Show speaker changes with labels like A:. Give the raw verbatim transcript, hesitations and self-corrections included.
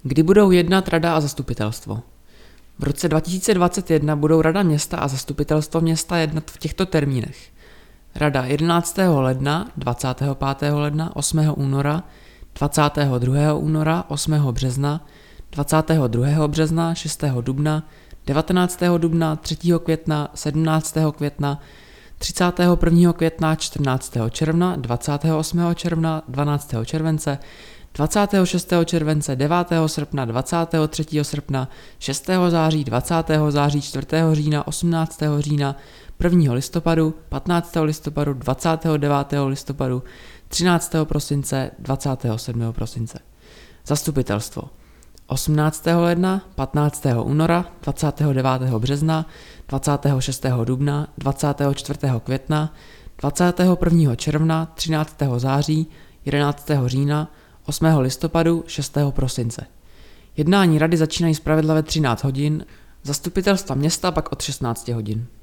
A: Kdy budou jednat rada a zastupitelstvo? V roce dva tisíce dvacet jedna budou rada města a zastupitelstvo města jednat v těchto termínech. Rada jedenáctého ledna, dvacátého pátého ledna, osmého února, dvacátého druhého února, osmého března, dvacátého druhého března, šestého dubna, devatenáctého dubna, třetího května, sedmnáctého května, třicátého prvního května, čtrnáctého června, dvacátého osmého června, dvanáctého července, dvacátého šestého července, devátého srpna, dvacátého třetího srpna, šestého září, dvacátého září, čtvrtého října, osmnáctého října, prvního listopadu, patnáctého listopadu, dvacátého devátého listopadu, třináctého prosince, dvacátého sedmého prosince. Zastupitelstvo. osmnáctého ledna, patnáctého února, dvacátého devátého března, dvacátého šestého dubna, dvacátého čtvrtého května, dvacátého prvního června, třináctého září, jedenáctého října, osmého listopadu, šestého prosince. Jednání rady začínají zpravidla ve třináct hodin, zastupitelstva města pak od šestnáct hodin.